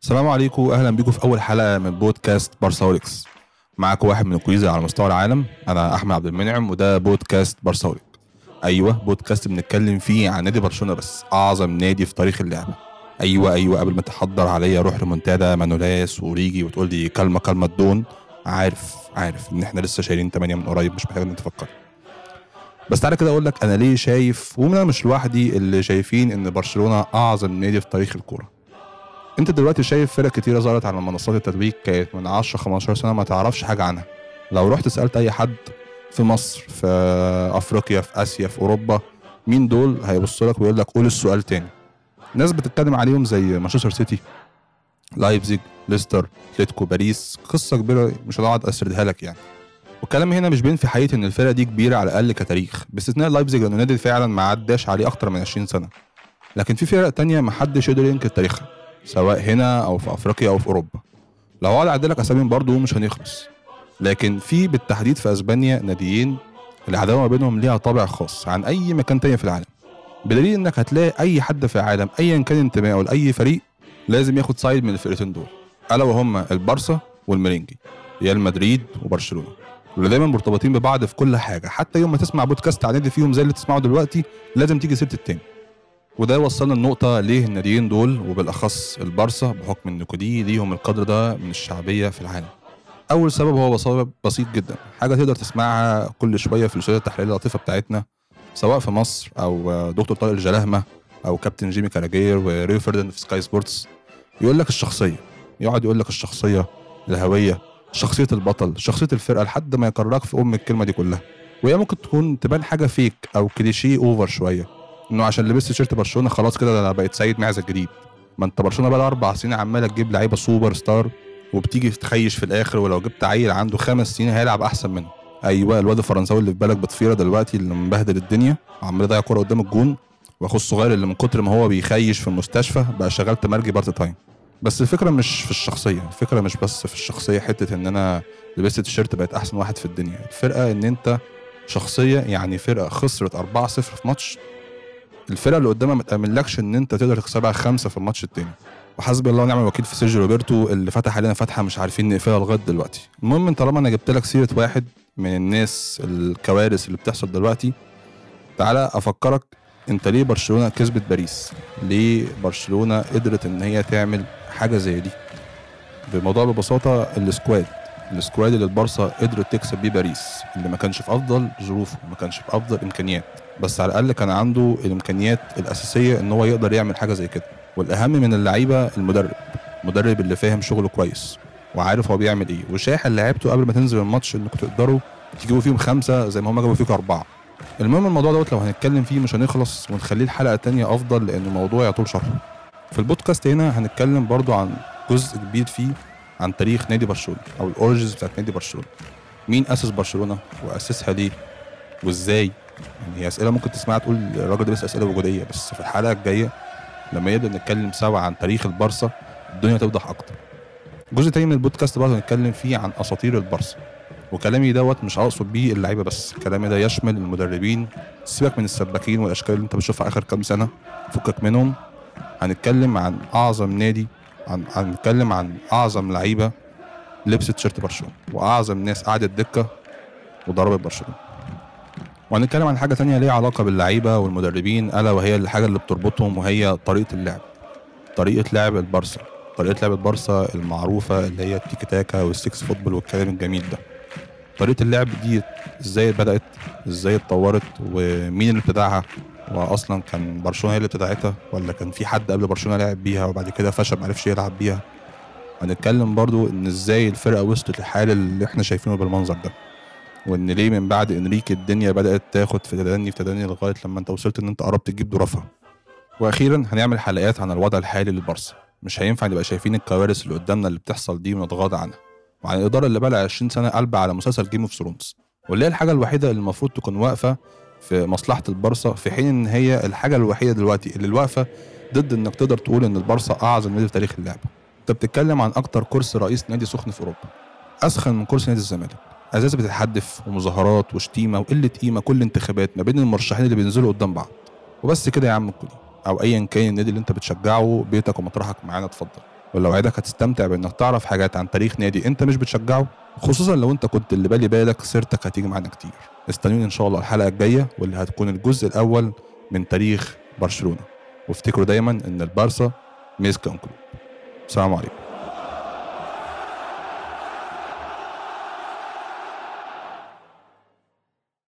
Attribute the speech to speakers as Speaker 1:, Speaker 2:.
Speaker 1: السلام عليكم، اهلا بيكم في اول حلقه من بودكاست بارساوليكس. معاكم واحد من الكويزة على مستوى العالم. انا احمد عبد المنعم وده بودكاست بارساوليك. ايوه، بودكاست بنتكلم فيه عن نادي برشلونه، بس اعظم نادي في تاريخ اللعبه. ايوه، قبل ما تحضر عليا روح ريمونتادا مانولاس وريجي وتقول لي كلمه الدون. عارف ان احنا لسه شايلين 8 من قريب، مش محتاج ان تفكر. بس تعالى كده اقول لك انا ليه شايف، وانا مش لوحدي اللي شايفين ان برشلونه اعظم نادي في تاريخ الكوره. انت دلوقتي شايف فرق كتيره ظهرت على منصات التتويج كانت من 10 15 سنه ما تعرفش حاجه عنها. لو رحت سالت اي حد في مصر، في افريقيا، في اسيا، في اوروبا، مين دول، هيبص لك ويقول لك قول السؤال تاني. ناس بتتكلم عليهم زي مانشستر سيتي، لايبزيج، ليستر، اتلتيكو، باريس، قصه كبيره مش هقعد اسردها لك يعني. والكلام هنا مش بينفي حقيقه ان الفرقه دي كبيره على الاقل كتاريخ، باستثناء لايبزيج لانه نادي فعلا ما عداش عليه اكتر من 20 سنه. لكن في فرق تانية محدش يقدر ينكر تاريخها، سواء هنا او في افريقيا او في اوروبا. لو اقعد اعدلك اساميهم برضو مش هنخلص. لكن في بالتحديد في اسبانيا ناديين العداوه ما بينهم ليها طابع خاص عن اي مكان تاني في العالم، بدليل انك هتلاقي اي حد في العالم ايا كان انتمائه لاي فريق لازم ياخد سايد من الفرقتين دول، الا وهما البارسا والمرينجي، ريال مدريد وبرشلونه، اللي دايما مرتبطين ببعض في كل حاجه. حتى يوم ما تسمع بودكاست عن نادي فيهم زي اللي تسمعه دلوقتي لازم تيجي سيره التاني. وده وصلنا النقطة ليه الناديين دول وبالأخص البارسا بحكم إن كودي ليهم القدر ده من الشعبية في العالم. أول سبب هو سبب بسيط جدا، حاجة تقدر تسمعها كل شوية في الأستوديوهات التحليلية اللطيفة بتاعتنا، سواء في مصر أو دكتور طارق الجلاهمة أو كابتن جيمي كاراجير وريو فيرديناند في سكاي سبورتس. يقول لك الشخصية، يقعد يقول لك الشخصية، الهوية، شخصية البطل، شخصية الفرقة، لحد ما يكررك في الكلمة دي كلها. وهي ممكن تكون تبان حاجة فيك أو كليشيه أوفر شوية، انه عشان لبست تيشيرت برشلونه خلاص كده انا بقيت سيد معزه الجديد. ما انت برشلونه بقى 4 سنين عماله تجيب لعيبه سوبر ستار، وبتيجي تخيش في الاخر، ولو جبت عيل عنده 5 سنين هيلعب احسن منه. ايوه، الواد الفرنساوي اللي في بالك بطفيره دلوقتي اللي مبهدل الدنيا وعمال يضيع كوره قدام الجون، واخوه الصغير اللي من كتر ما هو بيخيش في المستشفى بقى شغال تمرجي بارت تايم. بس الفكره مش في الشخصيه، الفكره مش بس في الشخصيه، حته ان انا لبست التيشيرت بقيت احسن واحد في الدنيا. الفرقه ان انت شخصيه، يعني فرقه خسرت 4-0 في ماتش، الفرقه اللي قدامها ما تامنلكش ان انت تقدر تكسبها 5 في الماتش التاني. وحسبي الله ونعم الوكيل في سيرجيو روبرتو اللي فتح علينا فتحه مش عارفين نقفلها لغايه دلوقتي. المهم، طالما انا جبت لك سيره واحد من الناس الكوارث اللي بتحصل دلوقتي، تعالى افكرك انت ليه برشلونه كسبت باريس، ليه برشلونه قدرت ان هي تعمل حاجه زي دي. بموضوع ببساطه السكواد اللي البارسا قدرت تكسب بيه باريس، اللي ما كانش في افضل ظروفه وما كانش في افضل امكانيات، بس على الاقل كان عنده الامكانيات الاساسيه ان هو يقدر يعمل حاجه زي كده. والاهم من اللعيبه المدرب اللي فاهم شغله كويس وعارف هو بيعمل ايه، وشاحن لعيبته قبل ما تنزل الماتش انكم تقدروا تجيبوا فيهم 5 زي ما هم جابوا فيكم 4. المهم الموضوع دوت لو هنتكلم فيه مش هنخلص، ونخليه الحلقه تانية افضل لان الموضوع يطول شرحه. في البودكاست هنا هنتكلم برضو عن جزء كبير فيه عن تاريخ نادي برشلونه او الاوريجنز بتاعت نادي برشلونه. مين اسس برشلونه واسسها ليه وازاي؟ يعني هي اسئله ممكن تسمعها تقول الراجل ده بس اسئله وجوديه، بس في الحلقه الجايه لما نبدا نتكلم سوا عن تاريخ البارسا الدنيا توضح اكتر. جزء تاني من البودكاست برضه هنتكلم فيه عن اساطير البارسا، وكلامي دوت مش هقصد بيه اللعيبه بس، كلامي ده يشمل المدربين. سيبك من السباكين والاشكال اللي انت بتشوفها اخر كام سنه، فكك منهم. هنتكلم عن اعظم نادي، هنتكلم عن اعظم لعيبه لبست تيشيرت برشلونه، واعظم ناس قعدت دكه وضربت برشلونه. وهنتكلم عن حاجه تانية ليها علاقه باللعيبه والمدربين، الا وهي الحاجه اللي بتربطهم، وهي طريقه اللعب. طريقه لعب البارسا، طريقه لعب البارسا المعروفه اللي هي التيكي تاكا والسكس فوتبول والكلام الجميل ده. طريقه اللعب دي ازاي بدات، ازاي اتطورت، ومين اللي ابتدعها، واصلا كان برشلونه هي اللي ابتدعتها ولا كان في حد قبل برشلونه لعب بيها وبعد كده فشل معرفش يلعب بيها. هنتكلم برضو ان ازاي الفرقه وصلت للحال اللي احنا شايفينه بالمنظر ده، وان ليه من بعد انريكي الدنيا بدات تاخد في تدني لغايه لما انت وصلت ان انت قربت تجيب ظروفها. واخيرا هنعمل حلقات عن الوضع الحالي للبارسا. مش هينفع نبقى شايفين الكوارث اللي قدامنا اللي بتحصل دي ونتغاضى عنها، وعن الاداره اللي بقى 20 سنه قلبة على مسلسل جيم اوف ثرونز، واللي هي الحاجه الوحيده اللي المفروض تكون واقفه في مصلحه البارسا، في حين ان هي الحاجه الوحيده دلوقتي اللي واقفه ضد انك تقدر تقول ان البارسا اعظم نادي في تاريخ اللعبه. انت بتتكلم عن اكتر كرسي رئيس نادي سخن في اوروبا، اسخن من كرسي نادي الزمالك، ازاز بتتحدف ومظاهرات وشتيمه وقله قيمه كل انتخابات ما بين المرشحين اللي بينزلوا قدام بعض. وبس كده يا عم الكلي، او ايا كان النادي اللي انت بتشجعه، بيتك ومطرحك معانا، اتفضل. ولو عيدك هتستمتع بانك تعرف حاجات عن تاريخ نادي انت مش بتشجعه، خصوصا لو انت كنت اللي بالك سيرتك هتيجي معانا كتير. استنوني ان شاء الله الحلقة الجاية واللي هتكون الجزء الاول من تاريخ برشلونة. وافتكروا دايما ان البارسا ميز كونكلو. السلام عليكم.